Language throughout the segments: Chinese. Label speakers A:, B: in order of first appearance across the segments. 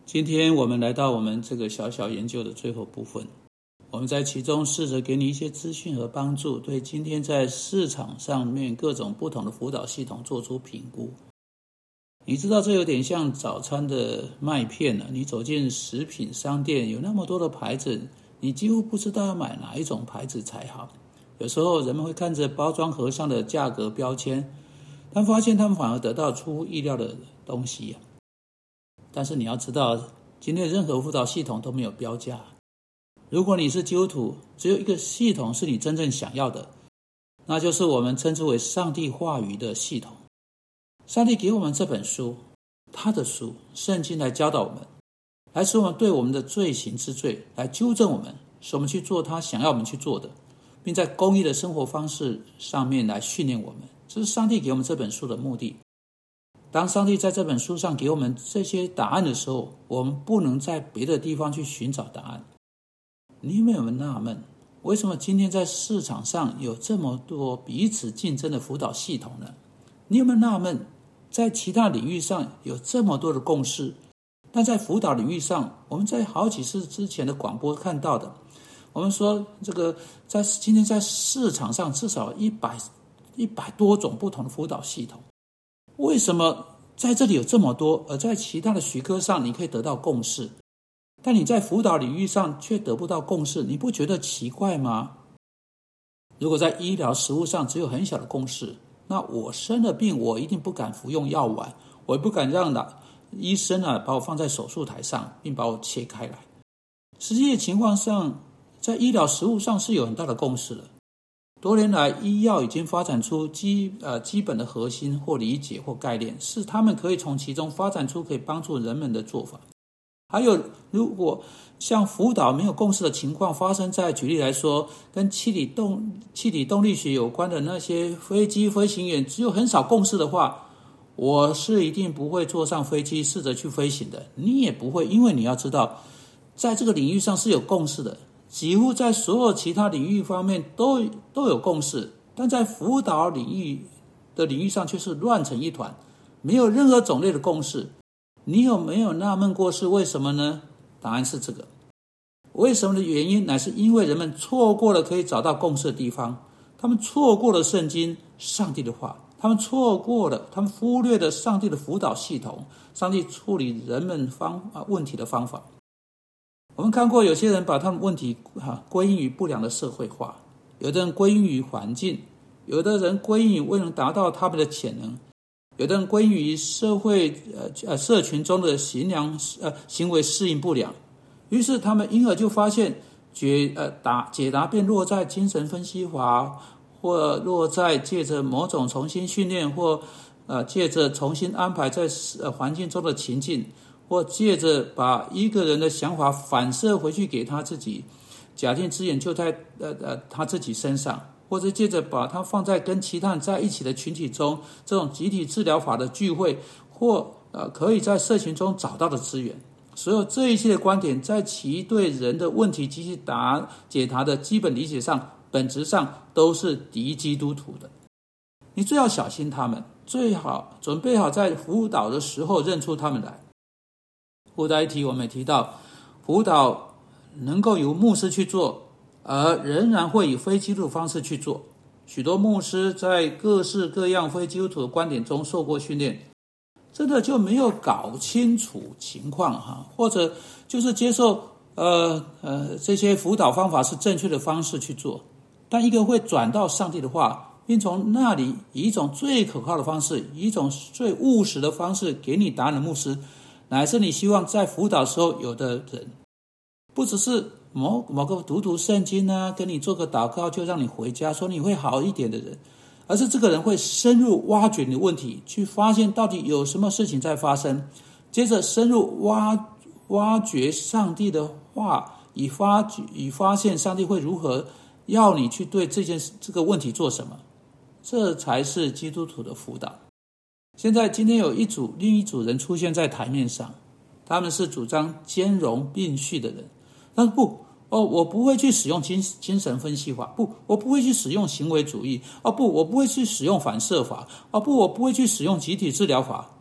A: 今天我们来到我们这个小小研究的最后部分，我们在其中试着给你一些资讯和帮助，对今天在市场上面各种不同的辅导系统做出评估。你知道这有点像早餐的麦片啊，你走进食品商店，有那么多的牌子，你几乎不知道要买哪一种牌子才好。有时候人们会看着包装盒上的价格标签，但发现他们反而得到出乎意料的东西。但是你要知道，今天任何辅导系统都没有标价。如果你是基督徒，只有一个系统是你真正想要的，那就是我们称之为上帝话语的系统。上帝给我们这本书，他的书圣经，来教导我们，来使我们对我们的罪行之罪，来纠正我们，使我们去做他想要我们去做的，并在公义的生活方式上面来训练我们。这是上帝给我们这本书的目的。当上帝在这本书上给我们这些答案的时候，我们不能在别的地方去寻找答案。你有没有纳闷，为什么今天在市场上有这么多彼此竞争的辅导系统呢？你有没有纳闷，在其他领域上有这么多的共识，但在辅导领域上，我们在好几次之前的广播看到的，我们说这个今天在市场上至少100多种不同的辅导系统。为什么在这里有这么多，而在其他的学科上你可以得到共识，但你在辅导领域上却得不到共识？你不觉得奇怪吗？如果在医疗实务上只有很小的共识，那我生了病，我一定不敢服用药丸，我也不敢让医生把我放在手术台上并把我切开来。实际的情况上，在医疗实务上是有很大的共识的。多年来，医药已经发展出基本的核心或理解或概念，是他们可以从其中发展出可以帮助人们的做法。还有，如果像辅导没有共识的情况发生在，举例来说，跟气体动力学有关的那些飞机飞行员只有很少共识的话，我是一定不会坐上飞机试着去飞行的。你也不会，因为你要知道，在这个领域上是有共识的。几乎在所有其他领域方面都有共识，但在辅导领域上却是乱成一团，没有任何种类的共识。你有没有纳闷过是为什么呢？答案是这个。为什么的原因，乃是因为人们错过了可以找到共识的地方，他们错过了圣经上帝的话，他们忽略了上帝的辅导系统，上帝处理人们问题的方法。我们看过有些人把他们问题归因于不良的社会化，有的人归因于环境，有的人归因于未能达到他们的潜能，有的人归因于社群中的行为适应不良。于是他们因而就发现解答便落在精神分析法，或落在借着某种重新训练，或借着重新安排在环境中的情境，或借着把一个人的想法反射回去给他自己，假定资源就在他自己身上，或者借着把他放在跟其他人在一起的群体中，这种集体治疗法的聚会，或可以在社群中找到的资源。所有这一切的观点，在其对人的问题及其解答的基本理解上，本质上都是敌基督徒的。你最要小心他们，最好准备好在辅导的时候认出他们来。附带一提，我们也提到，辅导能够由牧师去做，而仍然会以非基督徒方式去做。许多牧师在各式各样非基督徒的观点中受过训练，真的就没有搞清楚情况或者就是接受这些辅导方法是正确的方式去做。但一个会转到上帝的话，并从那里以一种最可靠的方式，以一种最务实的方式给你答案的牧师，乃是你希望在辅导时候有的人，不只是某个读圣经跟你做个祷告就让你回家说你会好一点的人，而是这个人会深入挖掘你的问题，去发现到底有什么事情在发生，接着深入挖掘上帝的话，以发现上帝会如何要你去对这个问题做什么。这才是基督徒的辅导。今天有另一组人出现在台面上，他们是主张兼容并蓄的人。但是我不会去使用精神分析法，我不会去使用行为主义，我不会去使用反射法，我不会去使用集体治疗法。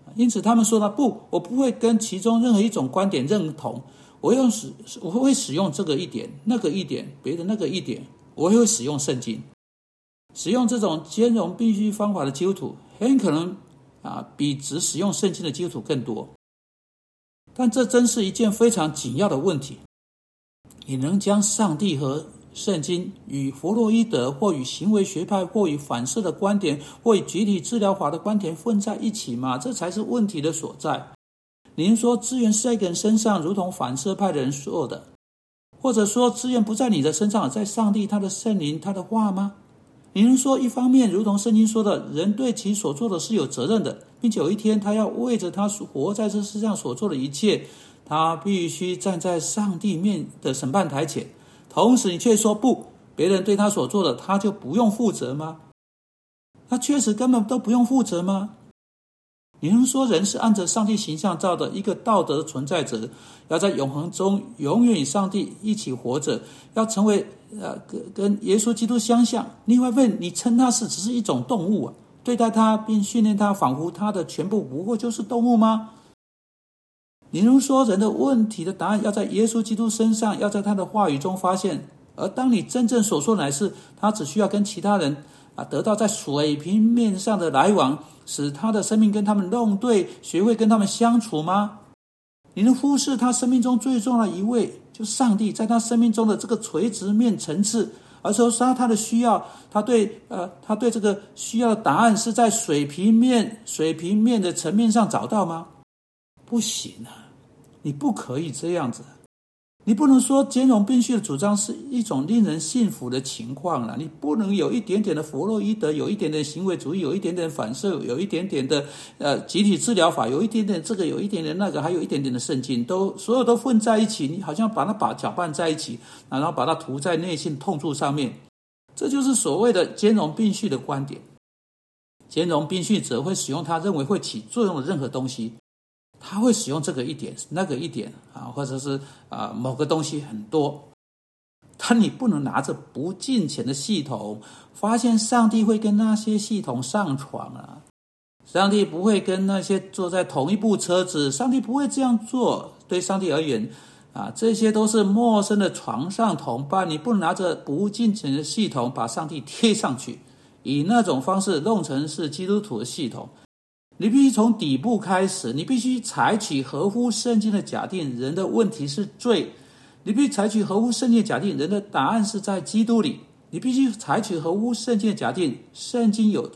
A: 因此他们说了，不，我不会跟其中任何一种观点认同，我会使用这个一点那个一点别的那个一点，我会使用圣经。使用这种兼容并蓄方法的基督徒很可能比只使用圣经的基督徒更多。但这真是一件非常紧要的问题。你能将上帝和圣经与弗洛伊德或与行为学派或与反射的观点或与集体治疗法的观点混在一起吗？这才是问题的所在。您说资源是在一个人身上，如同反射派的人说的，或者说资源不在你的身上，而在上帝他的圣灵他的话吗？你能说一方面如同圣经说的，人对其所做的是有责任的，并且有一天他要为着他活在这世上所做的一切，他必须站在上帝面的审判台前，同时你却说不，别人对他所做的他就不用负责吗？他确实根本都不用负责吗？你能说人是按着上帝形象造的一个道德存在者，要在永恒中永远与上帝一起活着，要成为跟耶稣基督相像？另外问，你称他是只是一种动物对待他并训练他，仿佛他的全部不过就是动物吗？你能说人的问题的答案要在耶稣基督身上，要在他的话语中发现？而当你真正所说乃是他只需要跟其他人得到在水平面上的来往，使他的生命跟他们弄对，学会跟他们相处吗？你能忽视他生命中最重要的一位，就是上帝在他生命中的这个垂直面层次，而说他的需要，他对这个需要的答案是在水平面的层面上找到吗？不行你不可以这样子。你不能说兼容并蓄的主张是一种令人信服的情况你不能有一点点的弗洛伊德，有一点点行为主义，有一点点反射，有一点点的集体治疗法，有一点点这个，有一点点那个，还有一点点的圣经，所有都混在一起，你好像把它搅拌在一起，然后把它涂在内心痛处上面。这就是所谓的兼容并蓄的观点。兼容并蓄者会使用他认为会起作用的任何东西，他会使用这个一点那个一点或者是某个东西很多。但你不能拿着不敬虔的系统发现上帝会跟那些系统上床上帝不会跟那些坐在同一部车子，上帝不会这样做。对上帝而言这些都是陌生的床上同伴。你不能拿着不敬虔的系统把上帝贴上去，以那种方式弄成是基督徒的系统。你必须从底部开始，你必须采取合乎圣经的假定，人的问题是罪。你必须采取合乎圣经的假定，人的答案是在基督里。你必须采取合乎圣经的假定，圣经有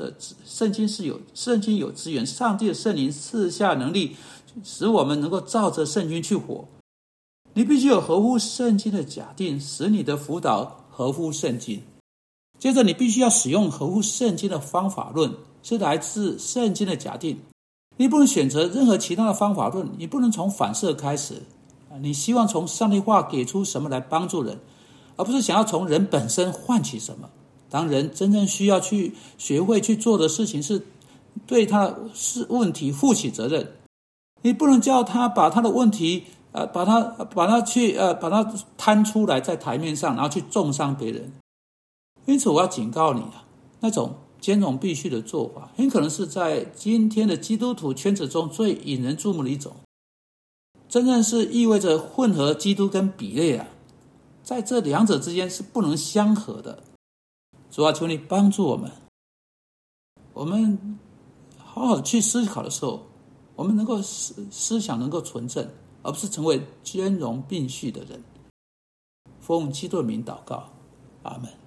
A: 资源，上帝的圣灵赐下能力，使我们能够照着圣经去活。你必须有合乎圣经的假定，使你的辅导合乎圣经。接着你必须要使用合乎圣经的方法论，是来自圣经的假定。你不能选择任何其他的方法论，你不能从反射开始。你希望从上帝话给出什么来帮助人，而不是想要从人本身换取什么。当人真正需要去学会去做的事情是对他的问题负起责任，你不能叫他把他的问题把它摊出来在台面上，然后去重伤别人。因此我要警告你那种兼容并蓄的做法很可能是在今天的基督徒圈子中最引人注目的一种，真正是意味着混合基督跟比类在这两者之间是不能相合的。主求你帮助我们好好的去思考的时候，我们能够思想能够纯正，而不是成为兼容并蓄的人。奉基督的名祷告，阿们。